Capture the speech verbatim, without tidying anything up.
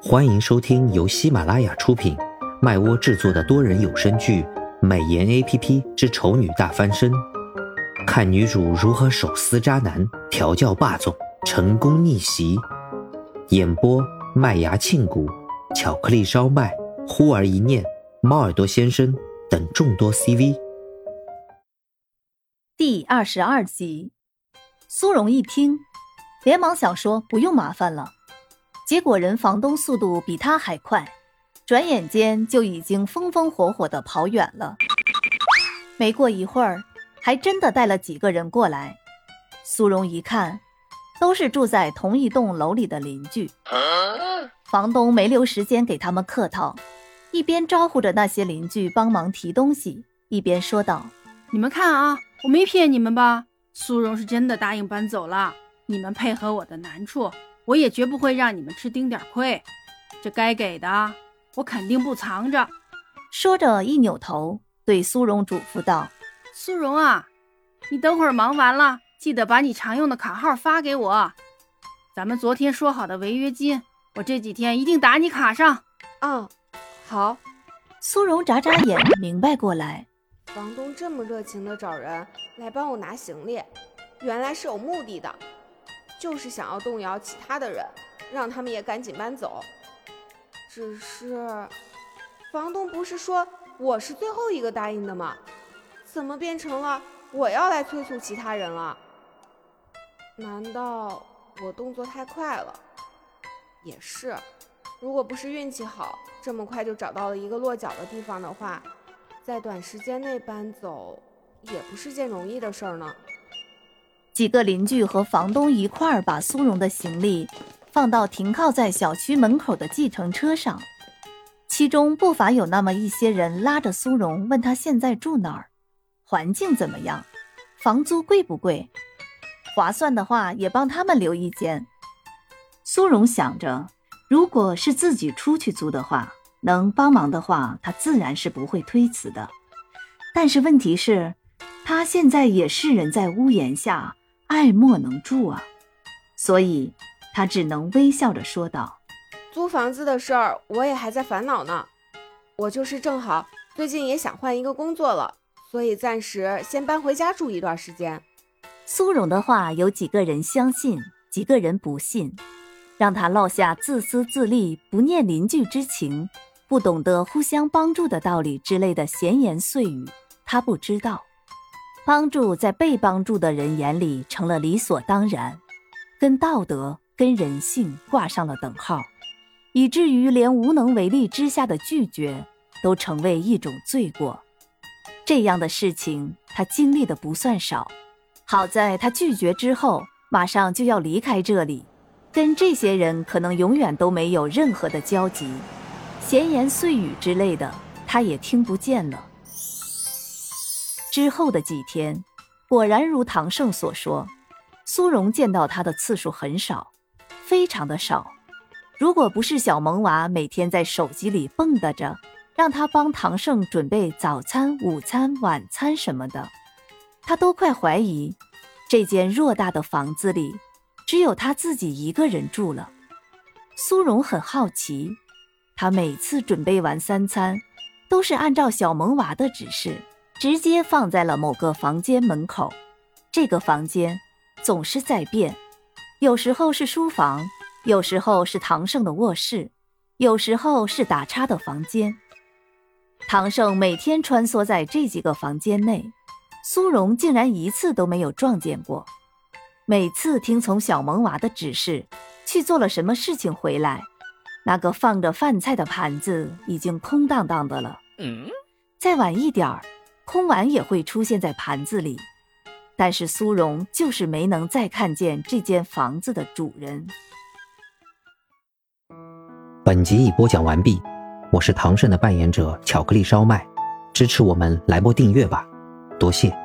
欢迎收听由喜马拉雅出品，麦窝制作的多人有声剧《美颜 A P P 之丑女大翻身》，看女主如何手撕渣男，调教霸总，成功逆袭。演播：麦芽庆谷、巧克力烧麦、忽而一念、猫耳朵先生等众多 C V。 第二十二集，苏荣一听，连忙想说不用麻烦了，结果人房东速度比他还快，转眼间就已经风风火火地跑远了。没过一会儿，还真的带了几个人过来。苏荣一看，都是住在同一栋楼里的邻居。房东没留时间给他们客套，一边招呼着那些邻居帮忙提东西，一边说道： 你们看啊，我没骗你们吧？苏荣是真的答应搬走了，你们配合我的难处，我也绝不会让你们吃丁点亏，这该给的我肯定不藏着。 说着一扭头对苏荣嘱咐道： 苏荣啊，你等会儿忙完了，记得把你常用的卡号发给我，咱们昨天说好的违约金，我这几天一定打你卡上。 嗯，好。 苏荣眨眨眼明白过来， 房东这么热情的找人来帮我拿行李，原来是有目的的，就是想要动摇其他的人，让他们也赶紧搬走。只是房东不是说我是最后一个答应的吗？怎么变成了我要来催促其他人了？难道我动作太快了？也是，如果不是运气好，这么快就找到了一个落脚的地方的话，在短时间内搬走也不是件容易的事儿呢。 几个邻居和房东一块儿把苏荣的行李放到停靠在小区门口的计程车上，其中不乏有那么一些人拉着苏荣问他现在住哪儿，环境怎么样，房租贵不贵，划算的话也帮他们留一间。苏荣想着，如果是自己出去租的话，能帮忙的话他自然是不会推辞的，但是问题是他现在也是人在屋檐下，爱莫能助啊，所以他只能微笑着说道： 租房子的事儿我也还在烦恼呢，我就是正好最近也想换一个工作了，所以暂时先搬回家住一段时间。 苏荣的话有几个人相信，几个人不信，让他落下自私自利、不念邻居之情、不懂得互相帮助的道理之类的闲言碎语，他不知道。帮助在被帮助的人眼里成了理所当然，跟道德、跟人性挂上了等号，以至于连无能为力之下的拒绝都成为一种罪过。这样的事情他经历的不算少，好在他拒绝之后马上就要离开这里，跟这些人可能永远都没有任何的交集，闲言碎语之类的他也听不见了。之后的几天，果然如唐胜所说，苏荣见到他的次数很少，非常的少。如果不是小萌娃每天在手机里蹦跶着，让他帮唐胜准备早餐、午餐、晚餐什么的，他都快怀疑这间偌大的房子里只有他自己一个人住了。苏荣很好奇，他每次准备完三餐都是按照小萌娃的指示直接放在了某个房间门口，这个房间总是在变，有时候是书房，有时候是唐胜的卧室，有时候是打叉的房间。唐胜每天穿梭在这几个房间内，苏荣竟然一次都没有撞见过。每次听从小萌娃的指示去做了什么事情回来，那个放着饭菜的盘子已经空荡荡的了，嗯，再晚一点儿空碗也会出现在盘子里，但是苏荣就是没能再看见这间房子的主人。 本集已播讲完毕，我是唐胜的扮演者巧克力烧麦，支持我们来波订阅吧，多谢。